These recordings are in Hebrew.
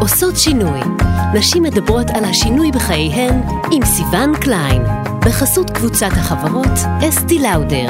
עושות שינוי. נשים מדברות על השינוי בחייהן עם סיוון קליין, בחסות קבוצת החברות אסתי לאודר.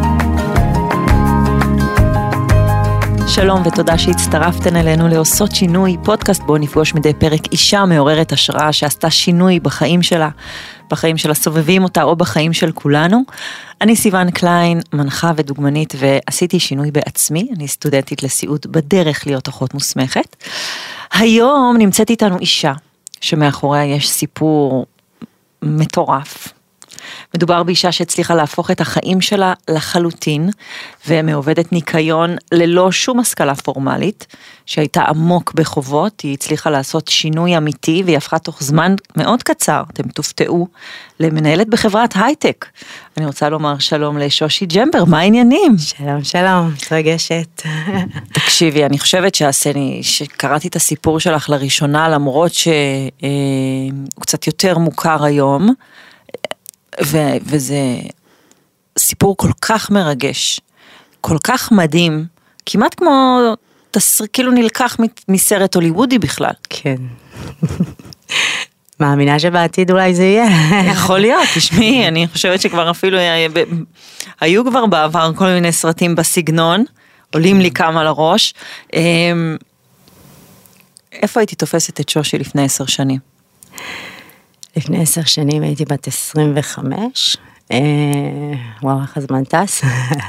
שלום ותודה שהצטרפתן אלינו לעושות שינוי, פודקאסט בו נפגוש מדי פרק אישה מעוררת השראה שעשתה שינוי בחיים שלה, בחיים של הסובבים אותה או בחיים של כולנו. אני סיוון קליין, מנחה ודוגמנית, ועשיתי שינוי בעצמי. אני סטודנטית לסיעוד בדרך להיות אחות מוסמכת. היום נמצאת איתנו אישה שמאחוריה יש סיפור מטורף. מדובר באישה שהצליחה להפוך את החיים שלה לחלוטין, ומעובדת ניקיון ללא שום השכלה פורמלית, שהייתה עמוק בחובות. היא הצליחה לעשות שינוי אמיתי, והיא הפכה תוך זמן מאוד קצר, אתם תופתעו, למנהלת בחברת הייטק. אני רוצה לומר שלום לשושי ג'מבר, מה העניינים? שלום, שלום, מתרגשת. תקשיבי, אני חושבת שקראתי את הסיפור שלך לראשונה, למרות שהוא קצת יותר מוכר היום, וזה סיפור כל כך מרגש, כל כך מדהים, כמעט כמו כאילו נלקח מסרט הוליוודי בכלל. כן. מאמינה שבעתיד אולי זה יהיה. יכול להיות, תשמעי, אני חושבת שכבר אפילו היו כבר בעבר כל מיני סרטים בסגנון, עולים לי כמה לראש. איפה הייתי תופסת את שושי לפני 10 שנים? לפני 10 שנים הייתי בת 25, וואו, איך הזמן טס.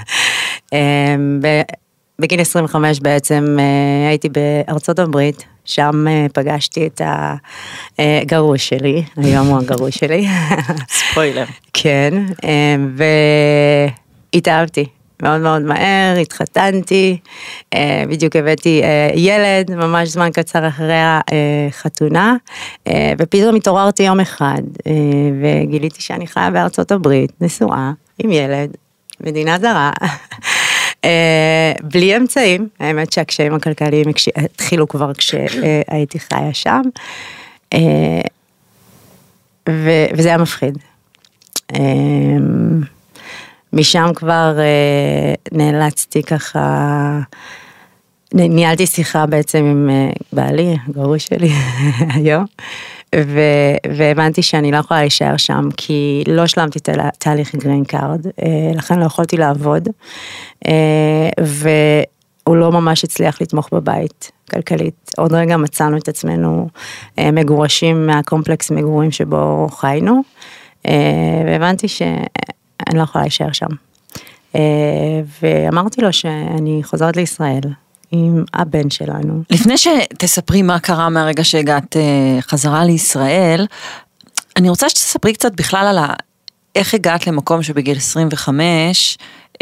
בגיל 25 בעצם הייתי בארצות הברית, שם פגשתי את הגרוש שלי, היום הוא הגרוש שלי. ספוילר. כן, והתאהבתי. מאוד מאוד מהר, התחתנתי, בדיוק הבאתי ילד, ממש זמן קצר אחרי החתונה, ופתאום התעוררתי יום אחד, וגיליתי שאני חיה בארצות הברית, נשואה, עם ילד, מדינה זרה, בלי אמצעים, האמת שהקשיים הכלכליים התחילו כבר כשהייתי חיה שם, וזה היה מפחיד. משם כבר נאלצתי ככה, ניהלתי שיחה בעצם עם בעלי, הגרוש שלי היום, והבנתי שאני לא יכולה להישאר שם, כי לא השלמתי תהליך גרין קארד, לכן לא יכולתי לעבוד, והוא לא ממש הצליח לתמוך בבית כלכלית. עוד רגע מצאנו את עצמנו מגורשים מהקומפלקס מגורים שבו חיינו, והבנתי אני לא יכולה להישאר שם. ואמרתי לו שאני חוזרת לישראל עם הבן שלנו. לפני שתספרי מה קרה מהרגע שהגעת חזרה לישראל, אני רוצה שתספרי קצת בכלל על איך הגעת למקום שבגיל 25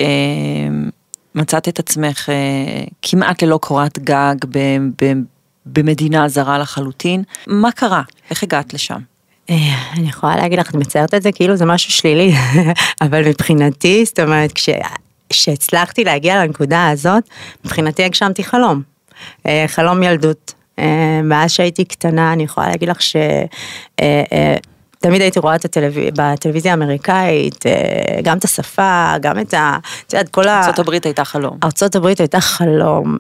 מצאת את עצמך כמעט ללא קורת גג במדינה זרה לחלוטין. מה קרה? איך הגעת לשם? אני יכולה להגיד לך, את מציירת את זה כאילו זה משהו שלילי, אבל מבחינתי, זאת אומרת, כשהצלחתי להגיע לנקודה הזאת, מבחינתי הגשמתי חלום, חלום ילדות. מאז שהייתי קטנה, אני יכולה להגיד לך תמיד הייתי רואה בטלוויזיה האמריקאית, גם את השפה, גם את כל ארצות הברית הייתה חלום. ארצות הברית הייתה חלום,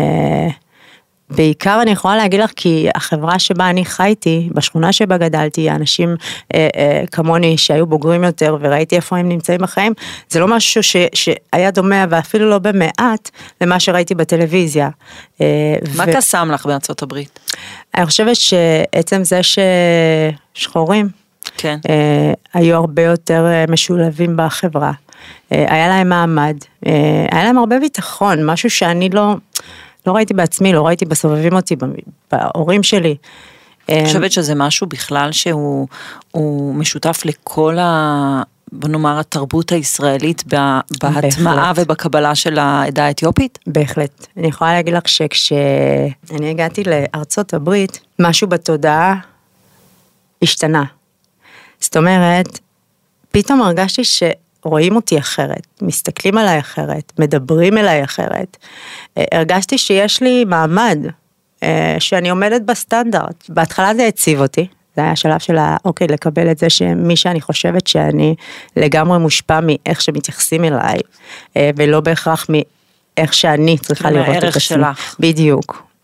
בעיקר אני יכולה להגיד לך, כי החברה שבה אני חייתי, בשכונה שבה גדלתי, האנשים כמוני שהיו בוגרים יותר, וראיתי איפה הם נמצאים בחיים, זה לא משהו שהיה דומה, ואפילו לא במעט, למה שראיתי בטלוויזיה. מה קסם לך בארצות הברית? אני חושבת שעצם זה ששחורים, כן. היו הרבה יותר משולבים בחברה. היה להם מעמד, היה להם הרבה ביטחון, משהו שאני לא ראיתי בעצמי, לא ראיתי בסובבים אותי, בהורים שלי. אני חושבת שזה משהו בכלל שהוא משותף לכל בוא נאמר, התרבות הישראלית בהטמעה ובקבלה של העדה האתיופית? בהחלט. אני יכולה להגיד לך שכשאני הגעתי לארצות הברית, משהו בתודעה השתנה. זאת אומרת, פתאום הרגשתי רואים אותי אחרת, מסתכלים עליי אחרת, מדברים אליי אחרת. הרגשתי שיש לי מעמד, שאני עומדת בסטנדרט. בהתחלה זה הציב אותי, זה היה השלב של אוקיי, לקבל את זה שמי שאני חושבת שאני לגמרי מושפע מאיך שמתייחסים אליי, ולא בהכרח מאיך שאני צריכה לראות את עצמי. מהערך שלך. בדיוק.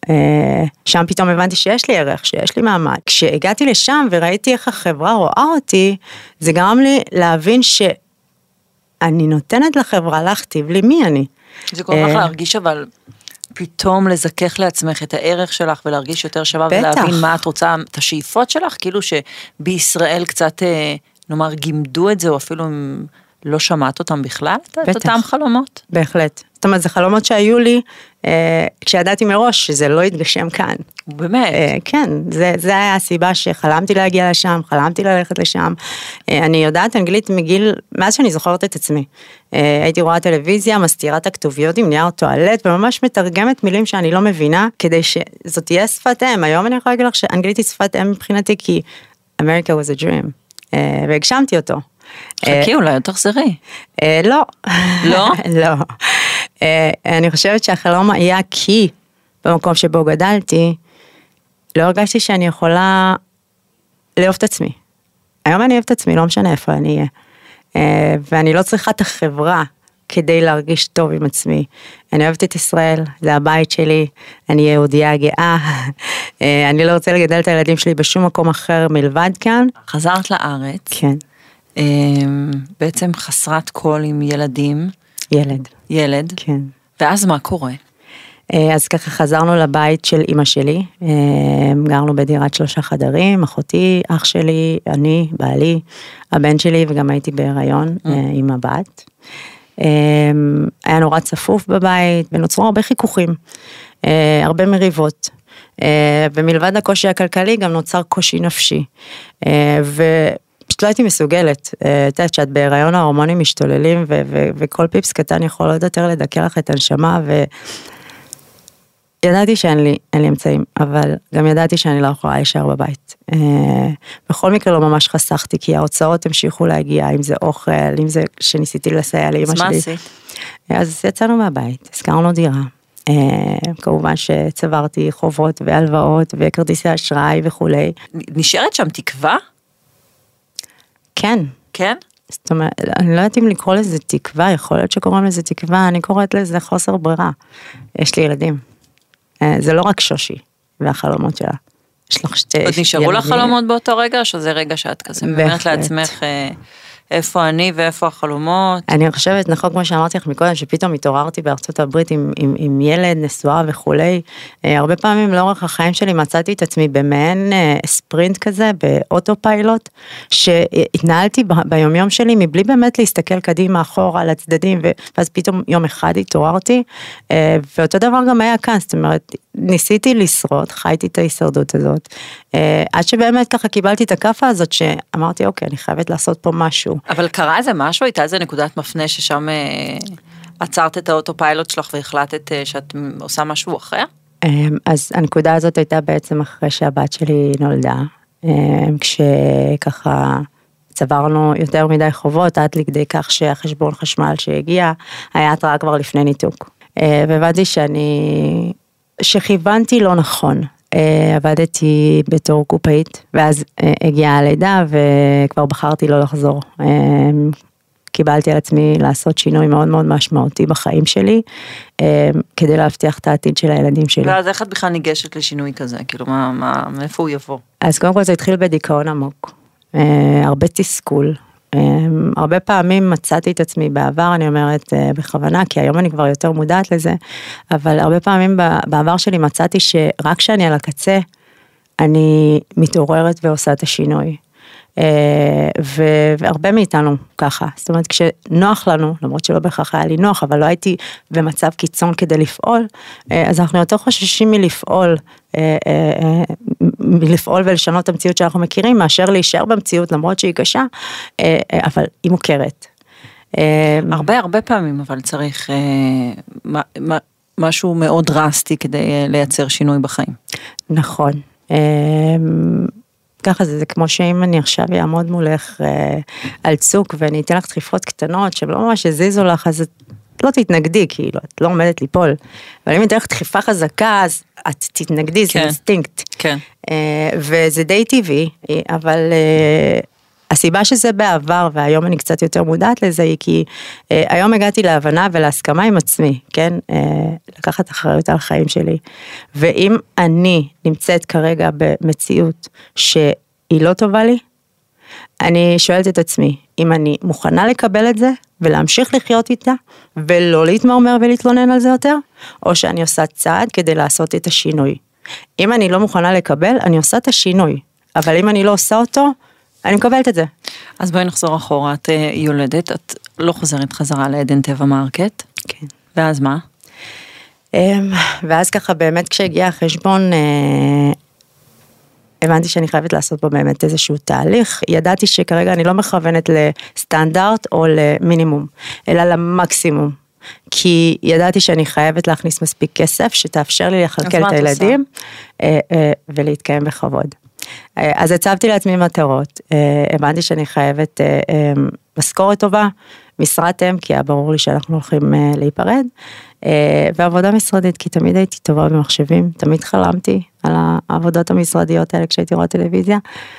שם פתאום הבנתי שיש לי ערך, שיש לי מעמד. כשהגעתי לשם וראיתי איך החברה רואה אותי, זה גרם לי להבין שאני נותנת לחברה להכתיב לי מי אני. זה גורם לך להרגיש אבל פתאום לזכך לעצמך את הערך שלך ולהרגיש יותר שווה ולהבין מה את רוצה, את השאיפות שלך, כאילו שבישראל קצת, נאמר, גימדו את זה או אפילו לא שמעת אותם בכלל, את אותם חלומות? בהחלט. זאת אומרת, זה חלומות שהיו לי, כשידעתי מראש שזה לא יתגשם כאן. באמת? כן, זה היה הסיבה שחלמתי להגיע לשם, חלמתי ללכת לשם. אני יודעת אנגלית מגיל, מאז שאני זוכרת את עצמי. הייתי רואה טלוויזיה, מסתירה את הכתוביות עם נייר טואלט, וממש מתרגמת מילים שאני לא מבינה, כדי שזאת תהיה שפת אם. היום אני יכולה להגיד לך שאנגלית היא שפת אם מבחינתי, כי America was a dream. והגשמתי אותו. חכי, אולי יותר תחזרי. לא. לא? לא. אני חושבת שהחלום היה כי במקום שבו גדלתי, לא הרגשתי שאני יכולה לאהוב את עצמי. היום אני אוהב את עצמי, לא משנה איפה אני אהיה. ואני לא צריכה את החברה כדי להרגיש טוב עם עצמי. אני אוהבת את ישראל, זה הבית שלי, אני יהודייה גאה, אני לא רוצה לגדל את הילדים שלי בשום מקום אחר מלבד כאן. חזרת לארץ. כן. בעצם חסרת קול עם ילדים. ילד. כן. ואז מה קורה? אז ככה חזרנו לבית של אמא שלי, גרנו בדירת 3 חדרים, אחותי, אח שלי, אני, בעלי, הבן שלי, וגם הייתי בהיריון עם הבת. היה נורא צפוף בבית, ונוצרו הרבה חיכוכים, הרבה מריבות, ומלבד הקושי הכלכלי גם נוצר קושי נפשי, פשוט לא הייתי מסוגלת, את יודעת שאת בהיריון ההורמונים משתוללים, וכל פיפס קטן יכול עוד יותר לדכא לך את הנשמה, ידעתי שאין לי אמצעים, אבל גם ידעתי שאני לא יכולה להישאר בבית. בכל מקרה לא ממש חסכתי, כי ההוצאות המשיכו להגיע, אם זה אוכל, אם זה שניסיתי לסייע לאמא שלי. אז מה עשית? אז יצאנו מהבית, הזכרנו דירה. כמובן שצברתי חובות והלוואות וכרטיסי אשראי וכולי. נשארת שם תקווה? כן. כן? זאת אומרת, אני לא יודעת אם לקרוא לזה תקווה, יכול להיות שקוראים לזה תקווה, אני קוראת לזה חוסר ברירה. יש לי ילדים. זה לא רק שושי והחלומות שלה. יש לך שתי ילדים. עוד נשארו לך חלומות באותו רגע, או שזה רגע שאת כזה אומרת לעצמך איפה אני ואיפה החלומות? אני חושבת, נכון, כמו שאמרתי לך מקודם, שפתאום התעוררתי בארצות הברית עם ילד, נשואה וכולי. הרבה פעמים לאורך החיים שלי מצאתי את עצמי במעין ספרינט כזה, באוטופיילוט, שהתנהלתי ביומיום שלי מבלי באמת להסתכל קדימה אחורה על הצדדים, ואז פתאום יום אחד התעוררתי, ואותו דבר גם היה כאן, זאת אומרת, ניסיתי לשרוד, חייתי את ההישרדות הזאת, עד שבאמת ככה קיבלתי את הכאפה הזאת, שאמרתי, אוקיי, אני חייבת לעשות פה משהו. אבל קרה איזה משהו? הייתה איזה נקודת מפנה ששם עצרת את האוטופיילוט שלך והחלטת שאת עושה משהו אחר? אז הנקודה הזאת הייתה בעצם אחרי שהבת שלי נולדה, כשככה צברנו יותר מדי חובות, עד לכדי כך שהחשבון חשמל שהגיע, היה התראה כבר לפני ניתוק. והבנתי שכיוונתי לא נכון. עבדתי בתור קופאית, ואז הגיעה הלידה, וכבר בחרתי לא לחזור. קיבלתי על עצמי לעשות שינוי מאוד מאוד משמעותי בחיים שלי, כדי להבטיח את העתיד של הילדים שלי. ואז איך את בכלל ניגשת לשינוי כזה? כאילו, מאיפה הוא יבוא? אז קודם כל זה התחיל בדיכאון עמוק. הרבה תסכול. הרבה פעמים מצאתי את עצמי בעבר, אני אומרת בכוונה, כי היום אני כבר יותר מודעת לזה, אבל הרבה פעמים בעבר שלי מצאתי שרק כשאני על הקצה, אני מתעוררת ועושה את השינוי. והרבה מאיתנו ככה, זאת אומרת כשנוח לנו, למרות שלא בהכרח היה לי נוח, אבל לא הייתי במצב קיצון כדי לפעול, אז אנחנו יותר חוששים מלפעול ולשנות את המציאות שאנחנו מכירים, מאשר להישאר במציאות למרות שהיא קשה, אבל היא מוכרת. הרבה פעמים אבל צריך משהו מאוד דרסטי כדי לייצר שינוי בחיים. נכון. ככה זה כמו שאם אני עכשיו אעמוד מולך על צוק, ואני אתן לך דחיפות קטנות, שהן לא ממש הזיזו לך, אז את לא תתנגדי, כאילו, את לא עומדת ליפול. אבל אם אני אתן לך דחיפה חזקה, אז את תתנגדי, זה אינסטינקט. כן. וזה די טבעי, אבל הסיבה שזה בעבר, והיום אני קצת יותר מודעת לזה, היא כי היום הגעתי להבנה ולהסכמה עם עצמי, כן? לקחת אחריות על החיים שלי. ואם אני נמצאת כרגע במציאות שהיא לא טובה לי, אני שואלת את עצמי, אם אני מוכנה לקבל את זה, ולהמשיך לחיות איתה, ולא להתמרמר ולהתלונן על זה יותר, או שאני עושה צעד כדי לעשות את השינוי. אם אני לא מוכנה לקבל, אני עושה את השינוי. אבל אם אני לא עושה אותו, אני מקבלת את זה. אז בואי נחזור אחורה, את יולדת, את לא חוזרת חזרה לעדן טבע מרקט. כן. ואז מה? ואז ככה באמת כשהגיע החשבון, הבנתי שאני חייבת לעשות בו באמת איזשהו תהליך, ידעתי שכרגע אני לא מכוונת לסטנדרט או למינימום, אלא למקסימום, כי ידעתי שאני חייבת להכניס מספיק כסף, שתאפשר לי לכלכל את הילדים, ולהתקיים בכבוד. אז הצבתי לעצמי מטרות, הבנתי שאני חייבת משכורת טובה, משרת אם, כי היה ברור לי שאנחנו הולכים להיפרד, ועבודה משרדית, כי תמיד הייתי טובה במחשבים, תמיד חלמתי על העבודות המשרדיות האלה כשהייתי רואה טלוויזיה,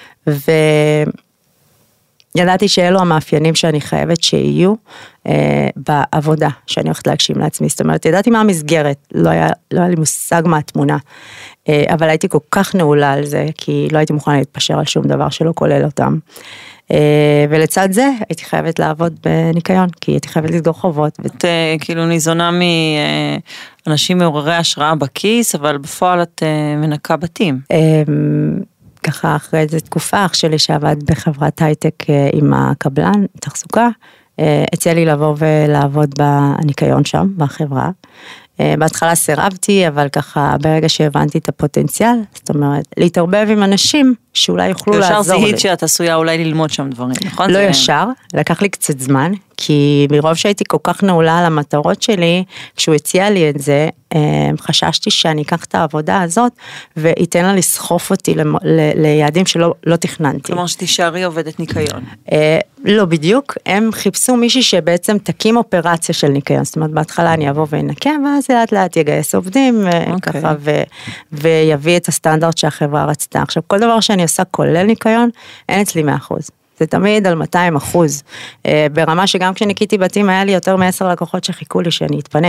וידעתי שאלו המאפיינים שאני חייבת שיהיו בעבודה שאני הולכת להגשים לעצמי, זאת אומרת, ידעתי מה המסגרת, לא היה לי מושג מה התמונה, אבל הייתי כל כך נעולה על זה, כי לא הייתי מוכנה להתפשר על שום דבר שלא כולל אותם, ולצד זה הייתי חייבת לעבוד בניקיון, כי הייתי חייבת לסגור חובות. את כאילו ניזונה מאנשים מעוררי השראה בכיס, אבל בפועל את מנקה בתים. ככה אחרי איזו תקופה, אח שלי שעבד בחברת הייטק עם הקבלן, תחזוקה, הציע לי לבוא ולעבוד בניקיון שם, בחברה. בהתחלה סירבתי, אבל ככה ברגע שהבנתי את הפוטנציאל, זאת אומרת, להתערבב עם אנשים שאולי יוכלו לעזור לי. ישר זיהית שאת עשויה אולי ללמוד שם דברים, נכון? לא ישר, לקח לי קצת זמן, כי מרוב שהייתי כל כך נעולה על המטרות שלי, כשהוא הציע לי את זה, חששתי שאני אקח את העבודה הזאת, וייתן לה לסחוף אותי ליעדים שלא תכננתי. כלומר שתישארי עובדת ניקיון. לא בדיוק, הם חיפשו מישהי שבעצם תקים אופרציה של ניקיון, זאת אומרת בהתחלה אני אבוא וינקה, ואז לאט לאט יגייס עובדים, ככה, ויביא את הסטנדרט שהחברה רצתה. עכשיו כל דבר שאני עושה כולל ניקיון, אין אצלי 100%. זה תמיד על 200%, ברמה שגם כשניקיתי בתים היה לי יותר מ10 לקוחות שחיכו לי שאני אתפנה,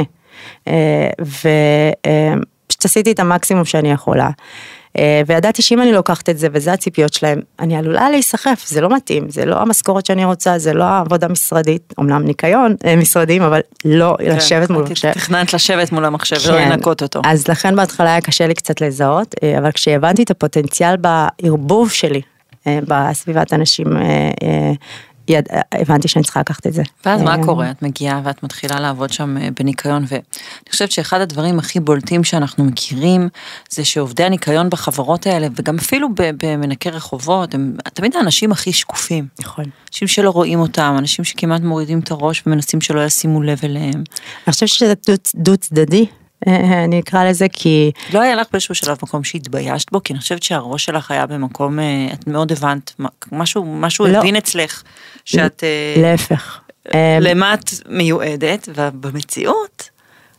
ופשוט עשיתי את המקסימום שאני יכולה, וידעתי שאם אני לוקחת את זה, וזה הציפיות שלהם, אני עלולה להיסחף, זה לא מתאים, זה לא המשכורת שאני רוצה, זה לא העבודה משרדית, אמנם ניקיון משרדים, אבל לא לשבת מול המחשב. תכננת לשבת מול המחשב ולא לנקות אותו. אז לכן בהתחלה היה קשה לי קצת לזהות, אבל כשהבנתי את הפוטנציאל בערבוב שלי, בסביבת אנשים, הבנתי שאני צריכה לקחת את זה. ואז מה קורה? את מגיעה ואת מתחילה לעבוד שם בניקיון, ואני חושבת שאחד הדברים הכי בולטים שאנחנו מכירים, זה שעובדי הניקיון בחברות האלה, וגם אפילו במנקי רחובות, הם תמיד האנשים הכי שקופים. נכון. אנשים שלא רואים אותם, אנשים שכמעט מורידים את הראש, ומנסים שלא ישימו לב אליהם. אני חושבת שזה דו צדדי, אני אקרא לזה כי... לא היה לך באיזשהו שלב מקום שהתביישת בו, כי אני חושבת שהראש שלך היה במקום, את מאוד הבנת, משהו הבין אצלך, שאת... להפך. למה את מיועדת, ובמציאות...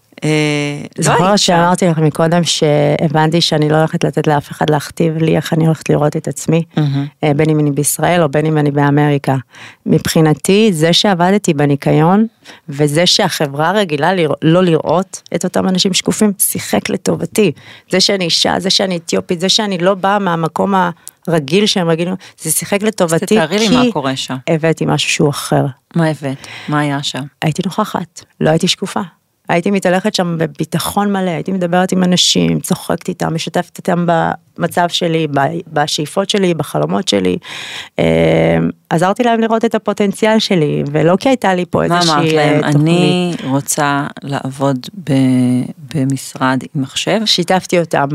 זוכרת שאמרתי לך מקודם שהבנתי שאני לא הולכת לתת לאף אחד להכתיב לי איך אני הולכת לראות את עצמי, בין אם אני בישראל או בין אם אני באמריקה. מבחינתי זה שעבדתי בניקיון וזה שהחברה רגילה לא לראות את אותם אנשים שקופים, שיחק לטובתי. זה שאני אישה, זה שאני אתיופית, זה שאני לא באה מהמקום הרגיל שהם רגילים, זה שיחק לטובתי, תתארי לי מה קורה שם. הבאתי משהו שהוא אחר. מה הבאת? מה היה שם? הייתי נוכחת, לא הייתי שקופה. הייתי מתהלכת שם בביטחון מלא, הייתי מדברת עם אנשים, צוחקת איתם, משתפת איתם במצב שלי, בשאיפות שלי, בחלומות שלי, עזרתי להם לראות את הפוטנציאל שלי, ולא כי הייתה לי פה איזושהי תוכנית. מה אמרת להם? אני רוצה לעבוד במשרד עם מחשב? שיתפתי אותם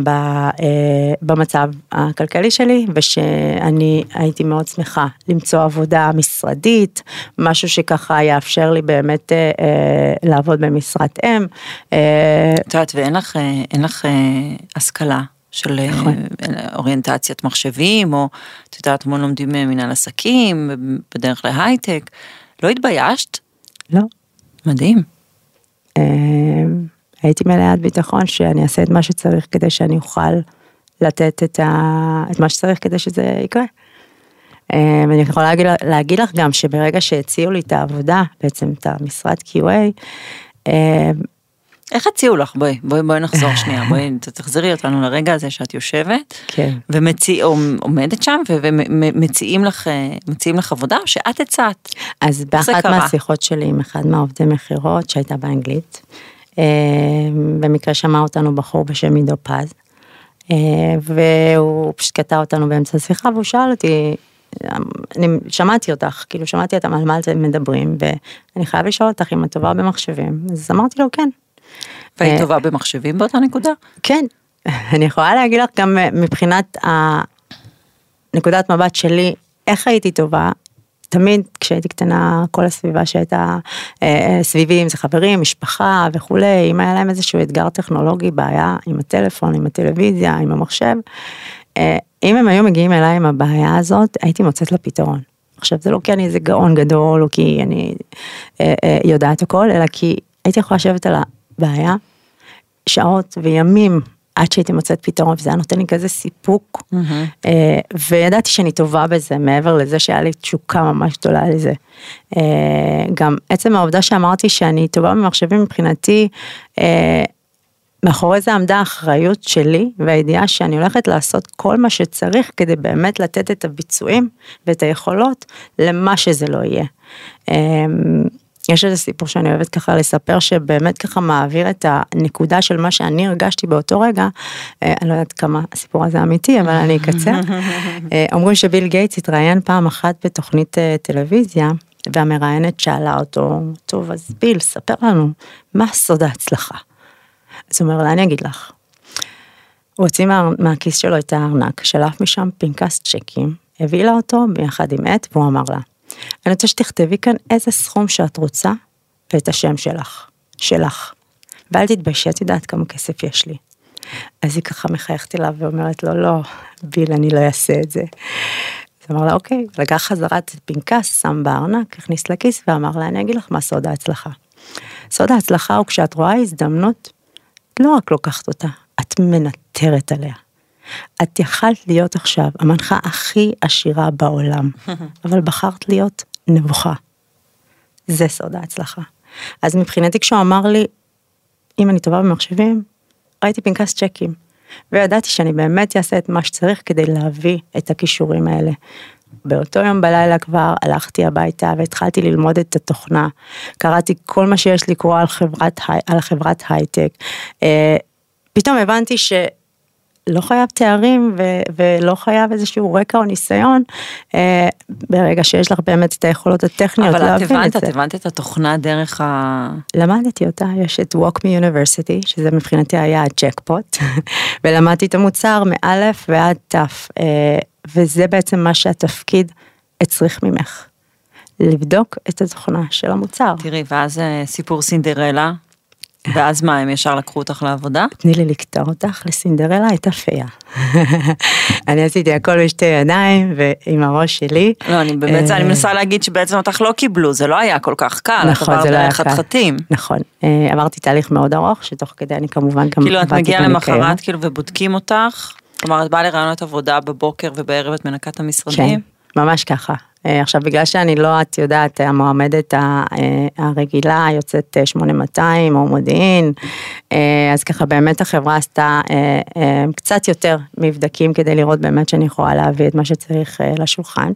במצב הכלכלי שלי, ושאני הייתי מאוד שמחה למצוא עבודה משרדית, משהו שככה יאפשר לי באמת לעבוד במשרת אם. את יודעת, ואין לך השכלה של אוריינטציית מחשבים, או את יודעת, המון לומדים מנהל עסקים, בדרך להייטק. לא התביישת? לא. מדהים. הייתי מלאת ביטחון שאני אעשה את מה שצריך כדי שאני אוכל לתת את מה שצריך כדי שזה יקרה. אני יכולה להגיד לך גם שברגע שהציעו לי את העבודה, בעצם את המשרד QA, איך הציעו לך? בואי נחזור שנייה, בואי תחזרי אותנו לרגע הזה שאת יושבת, כן. ועומדת שם, ומציעים לך עבודה, או שאת הצעת? אז באחת מהשיחות שלי עם אחד מהעובדי מחירות, שהייתה באנגלית, במקרה שמע אותנו בחור בשם עידו פז, והוא פשוט קטע אותנו באמצע השיחה, והוא שאל אותי, אני שמעתי אותך, כאילו שמעתי אותם על מה אתם מדברים, ואני חייב לשאול אותך אם את טובה במחשבים, אז אמרתי לו כן. והיא טובה במחשבים באותה נקודה? כן, אני יכולה להגיד לך גם מבחינת נקודת מבט שלי, איך הייתי טובה, תמיד כשהייתי קטנה, כל הסביבה שהייתה סביבי, אם זה חברים, משפחה וכולי, אם היה להם איזשהו אתגר טכנולוגי, בעיה עם הטלפון, עם הטלוויזיה, עם המחשב, אם הם היו מגיעים אליי עם הבעיה הזאת, הייתי מוצאת לה פתרון. עכשיו, זה לא כי אני איזה גאון גדול, או כי אני יודעת הכל, אלא כי הייתי יכולה לשבת על הבעיה, שעות וימים, עד שהייתי מוצאת פתרון, וזה היה נותן לי כזה סיפוק, וידעתי שאני טובה בזה, מעבר לזה שהיה לי תשוקה ממש גדולה לזה. גם עצם העובדה שאמרתי שאני טובה במחשבים מבחינתי, מאחורי זה עמדה האחריות שלי, והידיעה שאני הולכת לעשות כל מה שצריך, כדי באמת לתת את הביצועים, ואת היכולות, למה שזה לא יהיה. יש איזה סיפור שאני אוהבת ככה לספר, שבאמת ככה מעביר את הנקודה של מה שאני הרגשתי באותו רגע, אני לא יודעת כמה הסיפור הזה אמיתי, אבל אני אקצר. אומרים שביל גייטס התראיין פעם אחת בתוכנית טלוויזיה, והמראיינת שאלה אותו, טוב, אז ביל, ספר לנו, מה סוד ההצלחה? אז הוא אומר לה, אני אגיד לך, הוא הוציא מהכיס שלו את הארנק, שלף משם פנקס צ'קים, הביא לה אותו ביחד עם עט, והוא אמר לה, אני רוצה שתכתבי כאן איזה סכום שאת רוצה, ואת השם שלך, ואל תתביישי, את יודעת כמה כסף יש לי. אז היא ככה מחייכת אליו, ואומרת לו, לא, ביל, אני לא אעשה את זה. אז הוא אמר לה, אוקיי, לקח חזרה את פנקס, שם בארנק, הכניס לכיס, ואמר לה, אני אגיד לך מה סוד ההצלחה. סוד ההצלחה הוא כשאת רואה הזדמנות, לא רק לוקחת אותה, את מנטרת עליה. את יכלת להיות עכשיו המנחה הכי עשירה בעולם, אבל בחרת להיות נבוכה. זה סוד ההצלחה. אז מבחינתי כשהוא אמר לי, אם אני טובה במחשבים, ראיתי פנקס צ'קים, וידעתי שאני באמת אעשה את מה שצריך כדי להביא את הכישורים האלה. באותו יום בלילה כבר הלכתי הביתה והתחלתי ללמוד את התוכנה, קראתי כל מה שיש לקרוא על חברת הייטק, פתאום הבנתי שלא חייב תארים ולא חייב איזשהו רקע או ניסיון, ברגע שיש לך באמת את היכולות הטכניות להבין את זה. אבל את הבנת את התוכנה דרך למדתי אותה, יש את WalkMe University, שזה מבחינתי היה הג'קפוט, ולמדתי את המוצר מאלף ועד תף, וזה בעצם מה שהתפקיד הצריך ממך, לבדוק את התוכנה של המוצר. תראי, ואז סיפור סינדרלה, ואז מה, הם ישר לקחו אותך לעבודה? תני לי לקטור אותך, לסינדרלה הייתה פייה. אני עשיתי הכל בשתי ידיים, ועם הראש שלי. לא, אני מנסה להגיד שבעצם אותך לא קיבלו, זה לא היה כל כך קל, נכון, זה לא היה קל. חתחתים. נכון, עברתי תהליך מאוד ארוך, שתוך כדי אני כמובן גם כאילו את מגיעה למחרת כאילו ובודקים אותך, כלומר את באה לרעיונות עבודה בבוקר ובערב את מנקת המשרדים? כן, ממש ככה. עכשיו בגלל שאני לא, את יודעת, המועמדת הרגילה יוצאת 8200 או מודיעין, אז ככה באמת החברה עשתה קצת יותר מבדקים כדי לראות באמת שאני יכולה להביא את מה שצריך לשולחן,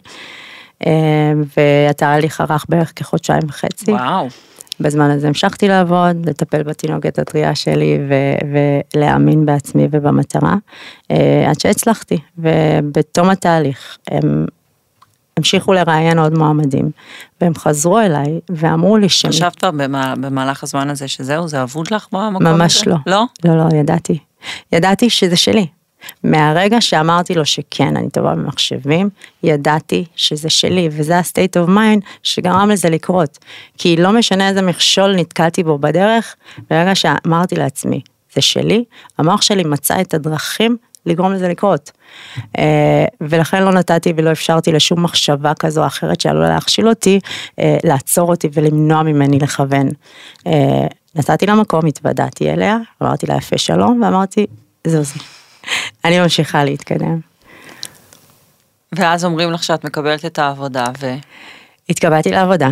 והתהליך ארך בערך כחודשיים וחצי. וואו. בזמן הזה המשכתי לעבוד, לטפל בתינוקת הטריה שלי ולהאמין בעצמי ובמטרה, עד שהצלחתי, ובתום התהליך הם המשיכו לראיין עוד מועמדים, והם חזרו אליי ואמרו לי שאני... חשבת במהלך הזמן הזה שזהו, זה אבוד לך במקום הזה? ממש לא. לא? לא, לא, ידעתי. ידעתי שזה שלי. מהרגע שאמרתי לו שכן, אני טובה במחשבים, ידעתי שזה שלי, וזה ה-state of mind שגרם לזה לקרות. כי לא משנה איזה מכשול נתקלתי בו בדרך, ברגע שאמרתי לעצמי, זה שלי, המוח שלי מצא את הדרכים לגרום לזה לקרות. ולכן לא נתתי ולא אפשרתי לשום מחשבה כזו או אחרת שעלולה להכשיל אותי, לעצור אותי ולמנוע ממני לכוון. נתתי למקום, התוודעתי אליה, אמרתי לה יפה שלום, ואמרתי, זהו זה. אני ממשיכה להתקדם. ואז אומרים לך שאת מקבלת את העבודה התקבלתי לעבודה,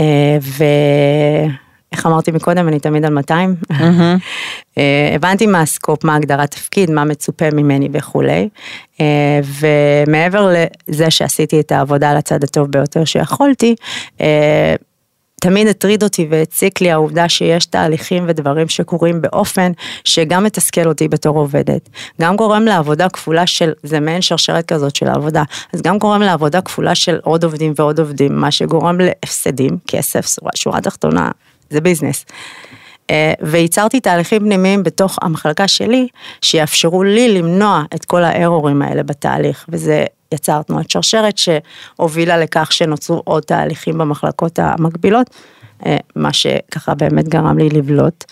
ואיך אמרתי מקודם, אני תמיד על 200. הבנתי מה הסקופ, מה הגדרת תפקיד, מה מצופה ממני וכולי, ומעבר לזה שעשיתי את העבודה על הצד הטוב ביותר שיכולתי, תמיד הטריד אותי והציק לי העובדה שיש תהליכים ודברים שקורים באופן שגם מתסכל אותי בתור עובדת, גם גורם לעבודה כפולה של, זה מעין שרשרת כזאת של העבודה, אז גם גורם לעבודה כפולה של עוד עובדים ועוד עובדים, מה שגורם להפסדים, כסף, שורה תחתונה, זה ביזנס. וייצרתי תהליכים פנימיים בתוך המחלקה שלי, שיאפשרו לי למנוע את כל הארורים האלה בתהליך, וזה יצר תנועת שרשרת שהובילה לכך שנוצרו עוד תהליכים במחלקות המקבילות, מה שככה באמת גרם לי לבלוט.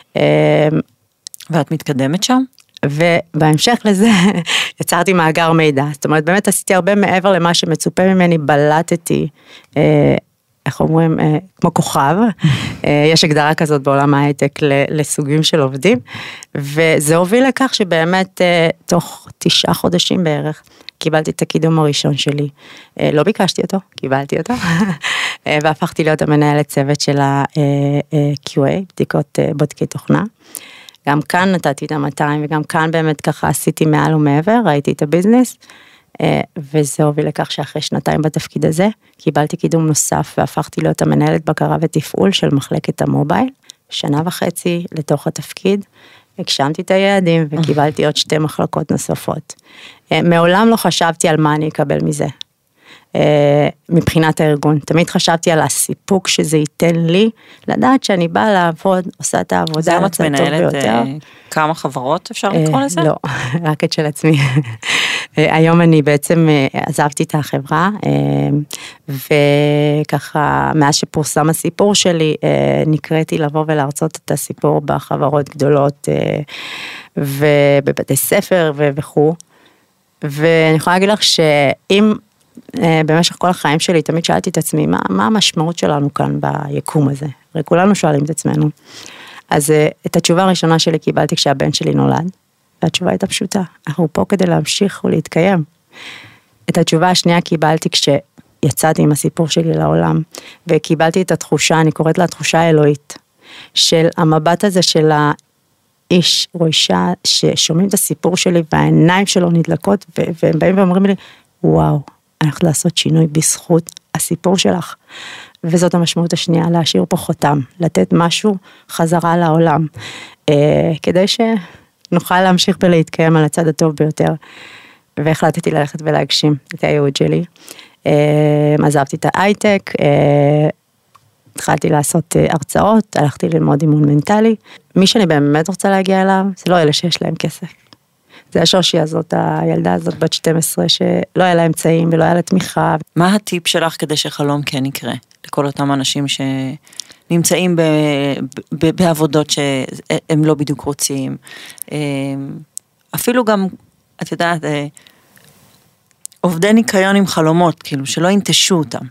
ואת מתקדמת שם? ובהמשך לזה יצרתי מאגר מידע, זאת אומרת באמת עשיתי הרבה מעבר למה שמצופה ממני, בלטתי, איך אומרים, כמו כוכב, יש הגדרה כזאת בעולם ההייטק לסוגים של עובדים, וזה הוביל לכך שבאמת תוך 9 חודשים בערך, קיבלתי את הקידום הראשון שלי, לא ביקשתי אותו, קיבלתי אותו, והפכתי להיות המנהלת צוות של ה-QA, בדיקות בודקי תוכנה, גם כאן נתתי את ה-200, וגם כאן באמת ככה עשיתי מעל ומעבר, ראיתי את הביזנס, וזה הוביל לכך שאחרי 2 בתפקיד הזה, קיבלתי קידום נוסף, והפכתי להיות המנהלת בקרה ותפעול של מחלקת המובייל, 1.5 שנה לתוך התפקיד, הגשמתי את היעדים, וקיבלתי עוד 2 מחלקות נוספות. מעולם לא חשבתי על מה אני אקבל מזה, מבחינת הארגון, תמיד חשבתי על הסיפוק שזה ייתן לי, לדעת שאני באה לעבוד, עושה את העבודה על הצד טוב ביותר. אז את מנהלת כמה חברות אפשר לקרוא לזה? לא, רק את של עצמי. היום אני בעצם עזבתי את החברה, וככה מאז שפורסם הסיפור שלי, נקראתי לבוא ולהרצות את הסיפור בחברות גדולות, ובבתי ספר וכו', ואני יכולה להגיד לך שאם במשך כל החיים שלי תמיד שאלתי את עצמי, מה המשמעות שלנו כאן ביקום הזה? הרי כולנו שואלים את עצמנו. אז את התשובה הראשונה שלי קיבלתי כשהבן שלי נולד, והתשובה הייתה פשוטה, אנחנו פה כדי להמשיך ולהתקיים. את התשובה השנייה קיבלתי כשיצאתי עם הסיפור שלי לעולם, וקיבלתי את התחושה, אני קוראת לה התחושה האלוהית, של המבט הזה של האיש או אישה ששומעים את הסיפור שלי, והעיניים שלו נדלקות, והם באים ואומרים לי, וואו, אני הולכת לעשות שינוי בזכות הסיפור שלך, וזאת המשמעות השנייה, להשאיר פה חותם, לתת משהו חזרה לעולם, כדי שנוכל להמשיך ולהתקיים על הצד הטוב ביותר, והחלטתי ללכת ולהגשים את הייעוד שלי, עזבתי את ההייטק, התחלתי לעשות הרצאות, הלכתי ללמוד אימון מנטלי, מי שאני באמת רוצה להגיע אליו, זה לא אלה שיש להם כסף, זה השושי הזאת, הילדה הזאת בת 12, שלא היה לה אמצעים ולא היה לה תמיכה. מה הטיפ שלך כדי שחלום כן יקרה? לכל אותם אנשים שנמצאים בעבודות שהם לא בדיוק רוצים. אפילו גם, את יודעת, עובדי ניקיון עם חלומות, כאילו, שלא ינטשו אותם.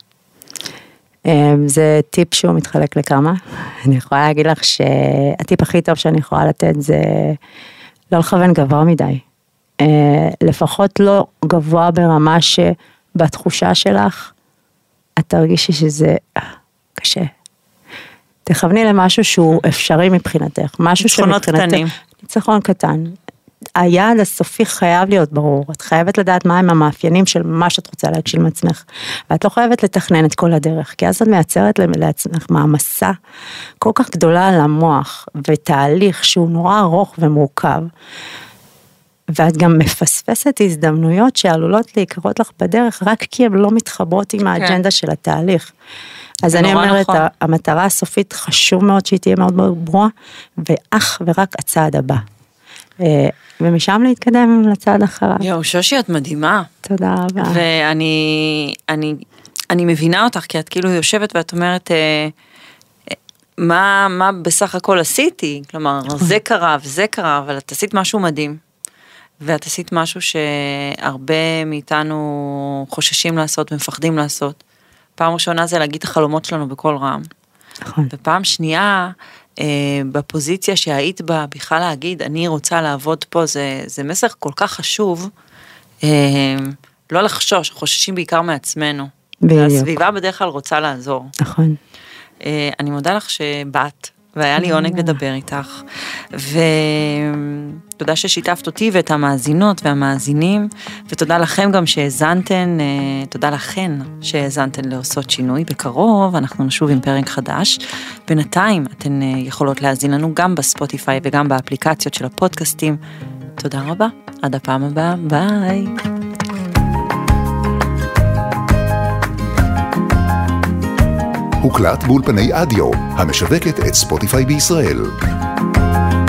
זה טיפ שהוא מתחלק לכמה. אני יכולה להגיד לך שהטיפ הכי טוב שאני יכולה לתת זה לא לכוון גבוה מדי. לפחות לא גבוה ברמה שבתחושה שלך, את תרגישי שזה קשה. תכווני למשהו שהוא אפשרי מבחינתך. משהו שמבחינתך, ניצחון קטן. היעד הסופי חייב להיות ברור. את חייבת לדעת מה הם המאפיינים של מה שאת רוצה להגשים עם עצמך. ואת לא חייבת לתכנן את כל הדרך, כי אז את מייצרת לעצמך מעמסה כל כך גדולה על המוח, ותהליך שהוא נורא ארוך ומורכב. ואת גם מפספסת הזדמנויות שעלולות להיקרות לך בדרך, רק כי הן לא מתחברות עם האג'נדה של התהליך. אז אני אומרת, המטרה הסופית חשוב מאוד שהיא תהיה מאוד מאוד ברורה, ואך ורק הצעד הבא. ומשם להתקדם לצעד אחריו. יואו, שושי, את מדהימה. תודה רבה. ואני מבינה אותך, כי את כאילו יושבת ואת אומרת, מה בסך הכל עשיתי? כלומר, זה קרה וזה קרה, אבל את עשית משהו מדהים. ואת עשית משהו שהרבה מאיתנו חוששים לעשות ומפחדים לעשות. פעם ראשונה זה להגיד את החלומות שלנו בכל רם. נכון. ופעם שנייה, בפוזיציה שהיית בה, בכלל להגיד, אני רוצה לעבוד פה, זה מסר כל כך חשוב, לא לחשוש, חוששים בעיקר מעצמנו. בדיוק. הסביבה בדרך כלל רוצה לעזור. נכון. אני מודה לך שבאת, והיה לי עונג לדבר איתך, ותודה ששיתפת אותי ואת המאזינות והמאזינים, ותודה לכם גם שהאזנתן, תודה לכן שהאזנתן לעושות שינוי. בקרוב אנחנו נשוב עם פרק חדש. בינתיים אתן יכולות להאזין לנו גם בספוטיפיי וגם באפליקציות של הפודקאסטים. תודה רבה, עד הפעם הבאה, ביי. הוקלט באולפני אדיו, המשווקת את ספוטיפיי בישראל.